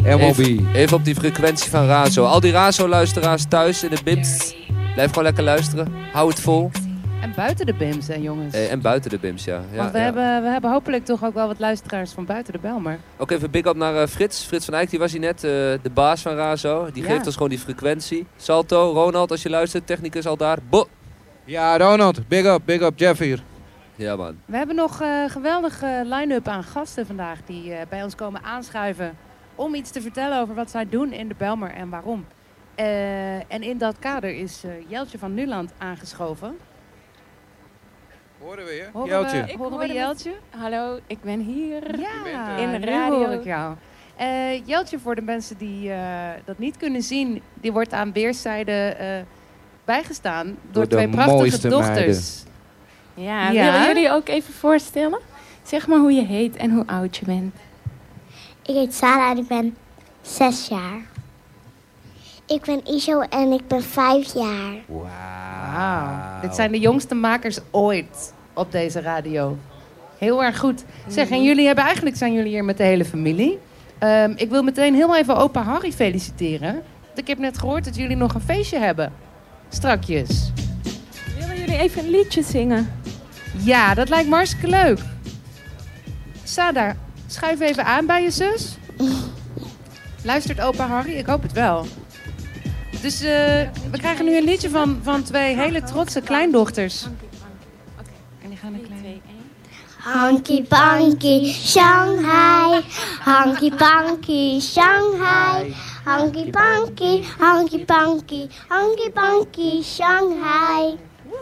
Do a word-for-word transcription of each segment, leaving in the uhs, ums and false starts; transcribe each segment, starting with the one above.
M O B. Even, even op die frequentie van Razo. Al die Razo-luisteraars thuis in de B I M S. Blijf gewoon lekker luisteren. Hou het vol. En buiten de B I M S, hè, jongens. Eh, en buiten de B I M S, ja. ja Want we, ja. Hebben, we hebben hopelijk toch ook wel wat luisteraars van buiten de Bijlmer. Ook even big up naar uh, Frits. Frits van Eyck, die was hier net. Uh, de baas van Razo. Die Ja. geeft ons gewoon die frequentie. Salto, Ronald, als je luistert. Technicus al daar. Bo! Ja, Ronald. Big up, big up. Jeff hier. Ja, man. We hebben nog een uh, geweldige line-up aan gasten vandaag die uh, bij ons komen aanschuiven om iets te vertellen over wat zij doen in de Bijlmer en waarom. Uh, en in dat kader is uh, Jeltje van Nuland aangeschoven. Horen we je? Horen Jeltje. we, horen we Jeltje? Met... Hallo, ik ben hier. Ja, in de nu radio. hoor ik jou. Uh, Jeltje, voor de mensen die uh, dat niet kunnen zien, die wordt aan weerszijden uh, bijgestaan door, Door de twee prachtige mooiste dochters. Ja, Ja? willen jullie ook even voorstellen? Zeg maar hoe je heet en hoe oud je bent. Ik heet Sarah en ik ben zes jaar. Ik ben Iso en ik ben vijf jaar. Wauw. Wauw. Dit zijn de jongste makers ooit op deze radio. Heel erg goed. Zeg, en jullie hebben eigenlijk zijn jullie hier met de hele familie. Um, ik wil meteen heel even opa Harry feliciteren. Want ik heb net gehoord dat jullie nog een feestje hebben. Strakjes. Willen jullie even een liedje zingen? Ja, dat lijkt me hartstikke leuk. Sada, schuif even aan bij je zus. Luistert opa Harry? Ik hoop het wel. Dus uh, we krijgen nu een liedje van, van twee hele trotse kleindochters. En die gaan een klein... Hanky Panky Shanghai, Hanky Panky Shanghai, Hanky Panky, Hanky Panky, Hanky Panky Shanghai.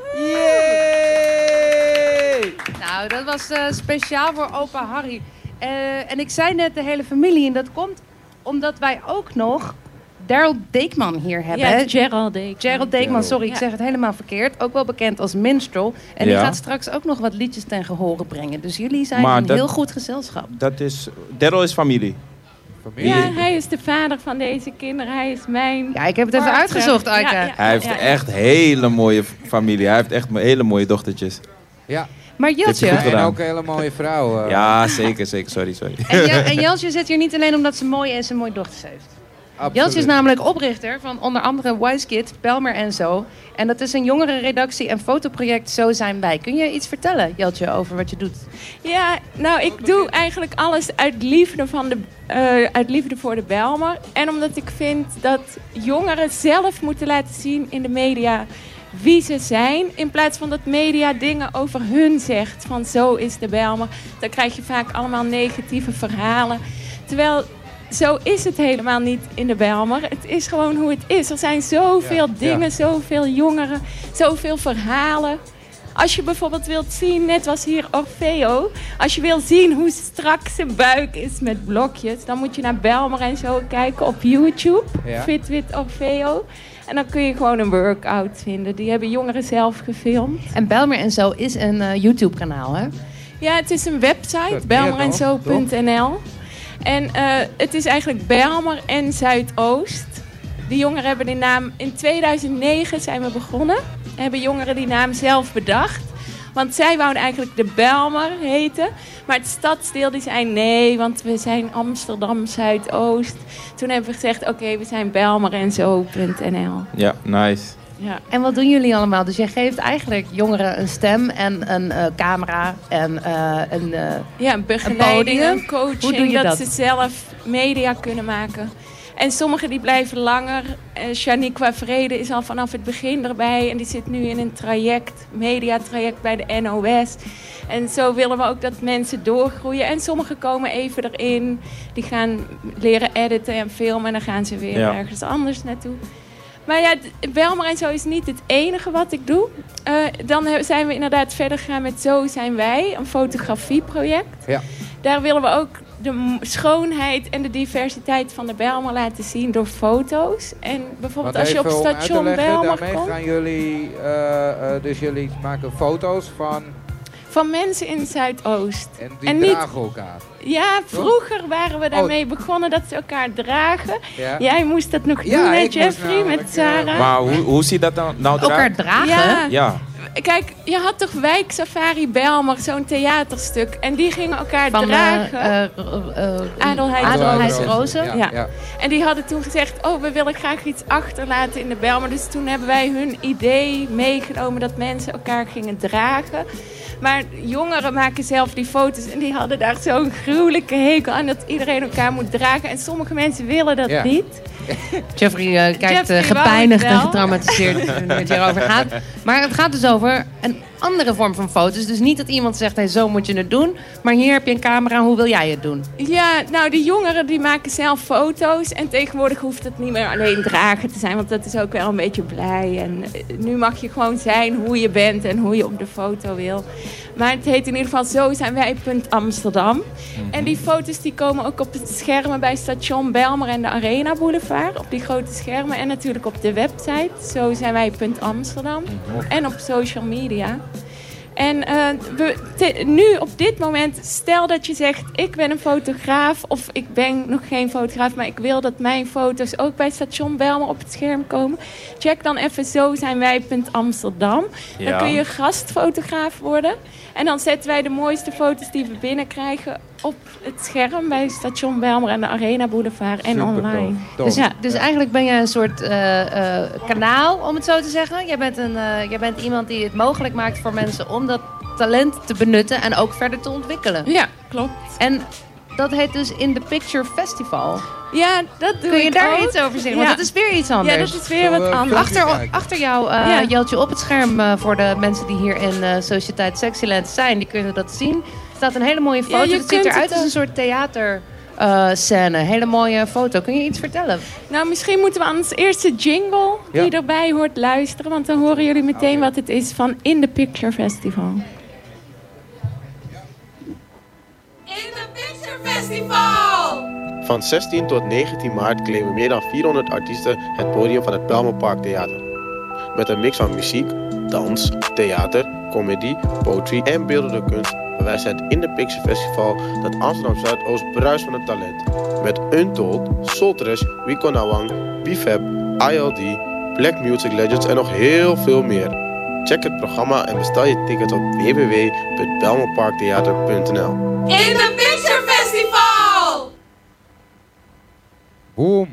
Yay! Nou, dat was uh, speciaal voor opa Harry. Uh, en ik zei net de hele familie. En dat komt omdat wij ook nog Daryl Deekman hier hebben. Ja, hè? Gerald Deekman. Gerald Deekman, sorry, ik Ja. zeg het helemaal verkeerd. Ook wel bekend als minstrel. En Ja. die gaat straks ook nog wat liedjes ten gehore brengen. Dus jullie zijn Maar een dat- heel goed gezelschap. Dat is... Daryl is familie. Familie. Ja, hij is de vader van deze kinderen. Hij is mijn... Ja, ik heb het even partner. uitgezocht, Aike. Ja, ja, Hij heeft ja, ja. echt hele mooie familie. Hij heeft echt hele mooie dochtertjes. Ja. Maar Heeft hij goed Jeltje, gedaan. En ook een hele mooie vrouw. uh, Ja, zeker, zeker. Sorry, sorry. en, Je- en Jeltje zit hier niet alleen omdat ze mooi en ze mooie dochters heeft. absoluut. Jeltje is namelijk oprichter van onder andere Wise Kid, Bijlmer en Zo. En dat is een jongerenredactie en fotoproject Zo Zijn Wij. Kun je iets vertellen, Jeltje, over wat je doet? Ja, nou, ik doe eigenlijk alles uit liefde, van de, uh, uit liefde voor de Bijlmer. En omdat ik vind dat jongeren zelf moeten laten zien in de media wie ze zijn. In plaats van dat media dingen over hun zegt. Van zo is de Bijlmer. Dan krijg je vaak allemaal negatieve verhalen. Terwijl... Zo is het helemaal niet in de Bijlmer. Het is gewoon hoe het is. Er zijn zoveel Ja, dingen, ja. zoveel jongeren, zoveel verhalen. Als je bijvoorbeeld wilt zien, net was hier Orfeo. Als je wilt zien hoe strak zijn buik is met blokjes, dan moet je naar Bijlmer en Zo kijken op YouTube. Ja. Fit with Orfeo. En dan kun je gewoon een workout vinden. Die hebben jongeren zelf gefilmd. En Bijlmer en Zo is een uh, YouTube-kanaal, hè? Ja, het is een website, Dat bijlmer en meer zo toch? punt n l. En uh, het is eigenlijk Bijlmer en Zuidoost. Die jongeren hebben die naam... In tweeduizend negen zijn we begonnen. Hebben jongeren die naam zelf bedacht. Want zij wouden eigenlijk de Bijlmer heten. Maar het stadsdeel die zei nee, want we zijn Amsterdam Zuidoost. Toen hebben we gezegd, oké, okay, we zijn bijlmer en zo punt n l. Ja, nice. Ja. En wat doen jullie allemaal? Dus jij geeft eigenlijk jongeren een stem en een uh, camera en uh, een... Uh, Ja, een begeleiding, podium. een coaching, Hoe doe je dat, dat? ze zelf media kunnen maken. En sommigen die blijven langer. Uh, Shaniqua Vrede is al vanaf het begin erbij. En die zit nu in een traject, mediatraject bij de N O S. En zo willen we ook dat mensen doorgroeien. En sommigen komen even erin. Die gaan leren editen en filmen. En dan gaan ze weer Ja. ergens anders naartoe. Maar ja, Bijlmer en Zo is niet het enige wat ik doe. Uh, dan zijn we inderdaad verder gegaan met Zo Zijn Wij, een fotografieproject. Ja. Daar willen we ook de m- schoonheid en de diversiteit van de Bijlmer laten zien door foto's. En bijvoorbeeld Want als je op even om uit te station leggen, Bijlmer daarmee komt, gaan jullie, uh, uh, dus jullie maken foto's van van mensen in Zuidoost. en die En niet- dragen elkaar. Ja, vroeger waren we daarmee begonnen dat ze elkaar dragen. Ja? Jij moest dat nog Ja, doen, hè, ik moest Jeffrey, namelijk, met Sarah. uh, Maar hoe, hoe ziet dat dan nou eruit? elkaar dragen? Ja. Ja. kijk, je had toch Wijk Safari Bijlmer, zo'n theaterstuk. En die gingen elkaar Van dragen. uh, uh, uh, Adelheid Adelheid Rozen. Rozen. Ja. Ja. Ja. En die hadden toen gezegd, oh, we willen graag iets achterlaten in de Bijlmer. Dus toen hebben wij hun idee meegenomen dat mensen elkaar gingen dragen. Maar jongeren maken zelf die foto's en die hadden daar zo'n gruwelijke hekel aan dat iedereen elkaar moet dragen. En sommige mensen willen dat Ja. niet. Jeffrey uh, kijkt Jeffrey uh, wou gepijnigd het en wel. getraumatiseerd toen het hierover gaat. Maar het gaat dus over een andere vorm van foto's. Dus niet dat iemand zegt, hey, zo moet je het doen. Maar hier heb je een camera, hoe wil jij het doen? Ja, nou, de jongeren die maken zelf foto's. En tegenwoordig hoeft het niet meer alleen dragen te zijn. Want dat is ook wel een beetje blij. En eh, nu mag je gewoon zijn hoe je bent en hoe je op de foto wil. Maar het heet in ieder geval Zo zijn wij punt Amsterdam. Mm-hmm. En die foto's die komen ook op het schermen bij station Bijlmer en de Arena Boulevard. Op die grote schermen. En natuurlijk op de website Zo zijn wij punt Amsterdam. Mm-hmm. En op social media. En uh, we, te, nu op dit moment, stel dat je zegt, ik ben een fotograaf of ik ben nog geen fotograaf, maar ik wil dat mijn foto's ook bij station Bijlmer op het scherm komen. Check dan even Zo zijn wij punt Amsterdam. Dan Ja. kun je gastfotograaf worden. En dan zetten wij de mooiste foto's die we binnenkrijgen op het scherm bij station Bijlmer en de Arena Boulevard en Supertof. online. Tof. Dus, ja, dus eigenlijk ben je een soort uh, uh, kanaal, om het zo te zeggen. Jij bent, een, uh, jij bent iemand die het mogelijk maakt voor mensen om dat talent te benutten en ook verder te ontwikkelen. Ja, klopt. En dat heet dus In The Picture Festival. Ja, dat doe Kun je ik daar ook. iets over zeggen? Ja. Want dat is weer iets anders. Ja, dat is weer Zullen wat we anders. filmpjes Achter, kijken? achter jou, uh, Ja. Jeltje, op het scherm uh, voor de mensen die hier in uh, Sociëteit Sexyland zijn, die kunnen dat zien. Er staat een hele mooie foto. Ja, je het ziet kunt eruit het, als een soort theater. Uh, scène, hele mooie foto. Kun je iets vertellen? Nou, misschien moeten we aan ons eerste jingle die Ja. erbij hoort luisteren. Want dan horen jullie meteen wat het is van In The Picture Festival. In The Picture Festival! Van zestien tot negentien maart claimen meer dan vierhonderd artiesten het podium van het Bijlmerpark Theater. Met een mix van muziek, dans, theater, comedy, poetry en beeldende kunst bewijst het In The Picture Festival dat Amsterdam Zuidoost bruist van het talent. Met Untold, Soultrash, Wiko Nawang, B-Fab, I L D, Black Music Legends en nog heel veel meer. Check het programma en bestel je ticket op w w w punt bijlmerparktheater punt n l. In The Picture Festival! Boom.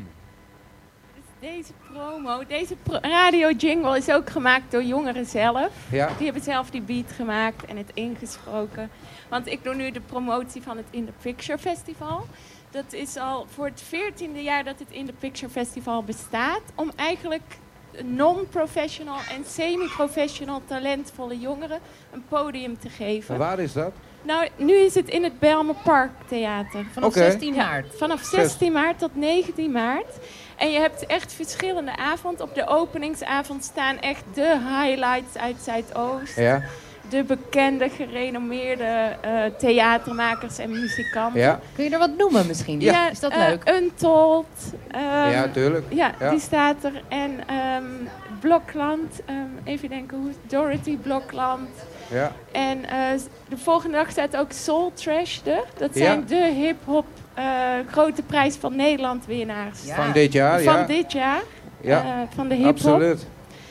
Deze promo, deze pro- radio-jingle is ook gemaakt door jongeren zelf. Ja. Die hebben zelf die beat gemaakt en het ingesproken. Want ik doe nu de promotie van het In The Picture Festival. Dat is al voor het veertiende jaar dat het In The Picture Festival bestaat. Om eigenlijk non-professional en semi-professional talentvolle jongeren een podium te geven. En waar is dat? Nou, nu is het in het Bijlmerpark Theater. Vanaf Oké. zestien Ja, maart. vanaf zestien maart tot negentien maart. En je hebt echt verschillende avonden. Op de openingsavond staan echt de highlights uit Zuidoost. Ja. De bekende, gerenommeerde uh, theatermakers en muzikanten. Ja. Kun je er wat noemen misschien? Ja, Is dat uh, leuk? Untold. um, Ja, tuurlijk. ja, Ja. die staat er. En um, Blokland. Um, even denken hoe. Dorothy Blokland. Ja. En uh, de volgende dag staat ook Soul Trash er. Dat Ja. zijn de hip-hop uh, grote prijs van Nederland winnaars. Ja. Van dit jaar, Van ja. dit jaar. Ja, uh, van de hip-hop. absoluut.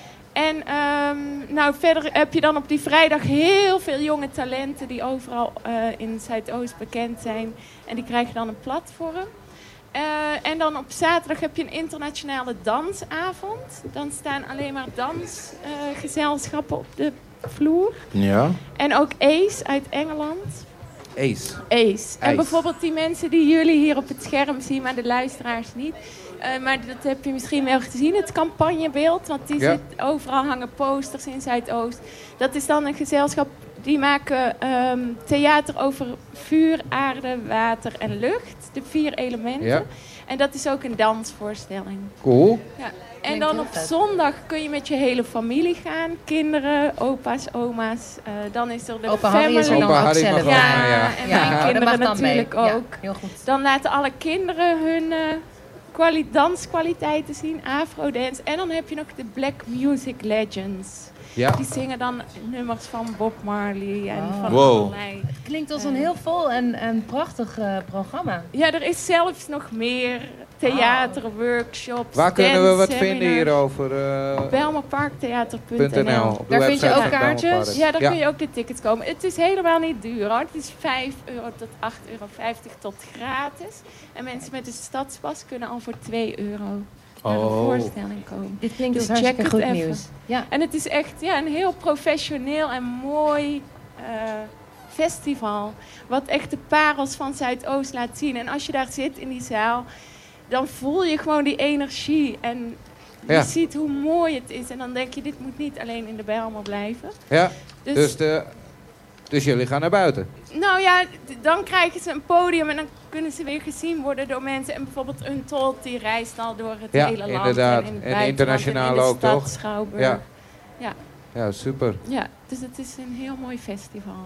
En um, nou, verder heb je dan op die vrijdag heel veel jonge talenten die overal uh, in Zuidoost bekend zijn. En die krijgen dan een platform. Uh, en dan op zaterdag heb je een internationale dansavond. Dan staan alleen maar dansgezelschappen uh, op de vloer. Ja. En ook Ace uit Engeland. Ace. Ace. En Ace. bijvoorbeeld die mensen die jullie hier op het scherm zien, maar de luisteraars niet. Uh, maar dat heb je misschien wel gezien, het campagnebeeld. Want die Ja. zit, overal hangen posters in Zuidoost. Dat is dan een gezelschap die maken um, theater over vuur, aarde, water en lucht. De vier elementen. Ja. En dat is ook een dansvoorstelling. Cool. Ja. En Klinkt dan heel op vet. zondag kun je met je hele familie gaan. Kinderen, opa's, oma's. Uh, dan is er de Opa family. Harry is er dan Opa ook Harry mag zelf. wel Ja, gaan, ja. en Ja, mijn dat kinderen mag dan mee. natuurlijk Ja, ook. heel goed. Dan laten alle kinderen hun uh, kwali- danskwaliteiten zien, afrodance. En dan heb je nog de Black Music Legends. Ja. Die zingen dan nummers van Bob Marley en Wow. van Wow. allerlei. Het klinkt als een heel vol en, en prachtig uh, programma. Ja, er is zelfs nog meer theater, workshops, Waar kunnen we wat dance, vinden hierover? Uh, Belmerparktheater punt .nl. n l. Op de Daar vind je website ook van kaartjes? Belmerpark. Ja, daar Ja. kun je ook de tickets komen. Het is helemaal niet duur hoor. Het is vijf euro tot acht euro vijftig tot gratis. En mensen met een stadspas kunnen al voor twee euro naar een Oh. voorstelling komen. Dit klinkt Dus als hartstikke check goed het even. nieuws. Ja. En het is echt ja, een heel professioneel en mooi uh, festival. Wat echt de parels van Zuidoost laat zien. En als je daar zit in die zaal, dan voel je gewoon die energie. En je Ja. ziet hoe mooi het is. En dan denk je, dit moet niet alleen in de Bijlmer blijven. Ja, Dus, dus, de, dus jullie gaan naar buiten. nou ja, d- dan krijgen ze een podium en dan kunnen ze weer gezien worden door mensen. En bijvoorbeeld Untold, die reist al door het Ja, hele land. inderdaad. En, in het En buitenland internationaal en in de ook, stad, toch? Schouwburg. Ja. Ja. Ja, super. Ja, dus het is een heel mooi festival.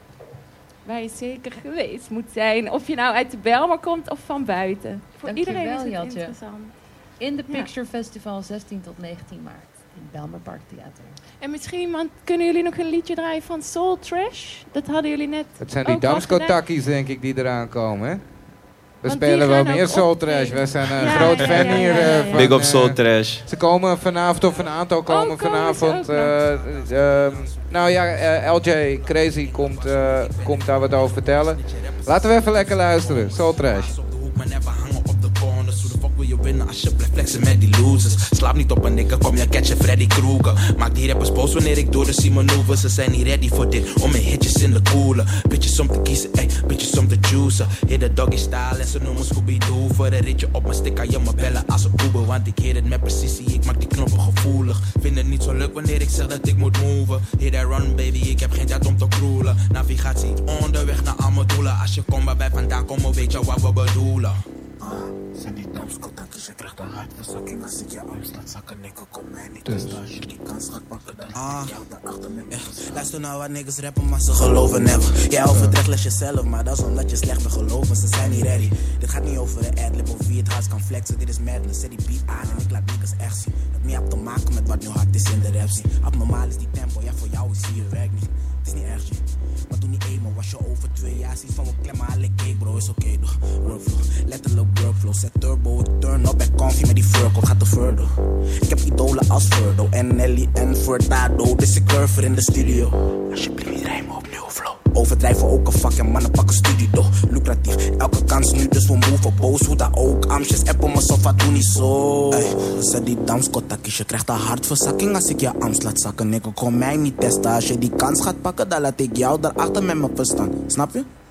Waar je zeker geweest moet zijn. Of je nou uit de Bijlmer komt of van buiten. Voor Dankjewel, iedereen is het Jatje. interessant. In de Ja. Picture Festival zestien tot negentien maart. In Bijlmer Park Theater. En misschien want, kunnen jullie nog een liedje draaien van Soul Trash? Dat hadden jullie net Het zijn die ook al Damsko-takkies, denk ik, die eraan komen, hè? We Want die spelen wel gaan meer ook Soul Trash. optreden. We zijn een Ja, groot ja, fan ja, hier. ja, eh, ja, ja. van, Big up eh, Soul Trash. Ze komen vanavond, of een aantal komen Oh, komen ze vanavond. ook nog? eh, eh, nou ja, eh, L J Crazy komt, eh, komt daar wat over vertellen. Laten we even lekker luisteren. Soul Trash. Maar never hangen op de corners. Hoe de fuck wil je winnen als je blijft flexen met die losers? Slaap niet op een nikker, kom je catchen Freddy Krueger. Maak die rappers boos wanneer ik door de zie manoeuvres. Ze zijn niet ready voor dit, om mijn hitjes in de koelen. Bitches om te kiezen, ey, bitches om te juicen. Hit de doggy style en ze noemen Scooby-Doo. Voor een ritje op mijn stick kan je me bellen als een Uber. Want ik hit het met precisie, ik maak die knoppen gevoelig. Vind het niet zo leuk wanneer ik zeg dat ik moet moven. Hit that run baby, ik heb geen tijd om te kroelen. Navigatie onderweg naar al mijn doelen. Als je komt waar wij vandaan komen, weet je wat we bedoelen. Ah, zijn die damskotakjes, je krijgt een hartverzakking als ik je arm slaat zakken. Nikke, kom mij niet dus als je die kans gaat pakken, dan Ah. heb ik jou daarachter met me. Luister nou wat niggas rappen, maar ze geloven never. Jij overdreigt les jezelf, maar dat is omdat je slecht bent geloven. Ze zijn niet ready. Dit gaat niet over een adlib of wie het hardst kan flexen. Dit is madness, zet die beat aan en ik laat niggas echt zien. Het niet op te maken met wat nu hard is in de rap scene. Abnormaal is die tempo, ja voor jou is hier je werk niet. Het is niet erg, G. Maar toen die emo was je over twee jaar. Zoiets van we klemmen alle cake, bro, is oké okay, toch. Workflow, letterlijk workflow. Zet turbo, ik turn up, back comfy met die Furco, gaat te further. Ik heb idolen als Furdo en Nelly en Furtado. Dus ik curve in de studio. Alsjeblieft, niet rijmen opnieuw, flow. Overdrijven ook een vak en mannen pakken studio. Lucratief, elke kans nu, dus we move boos. Hoe dat ook, amsjes, appen me sofa, doe niet zo. Ey, zet die damskotakjes, je krijgt een hartverzakking als ik je arms laat zakken. Ik kom mij niet testen, als je die kans gaat pakken, dan laat ik jou daarachter met me verstaan. Snap je?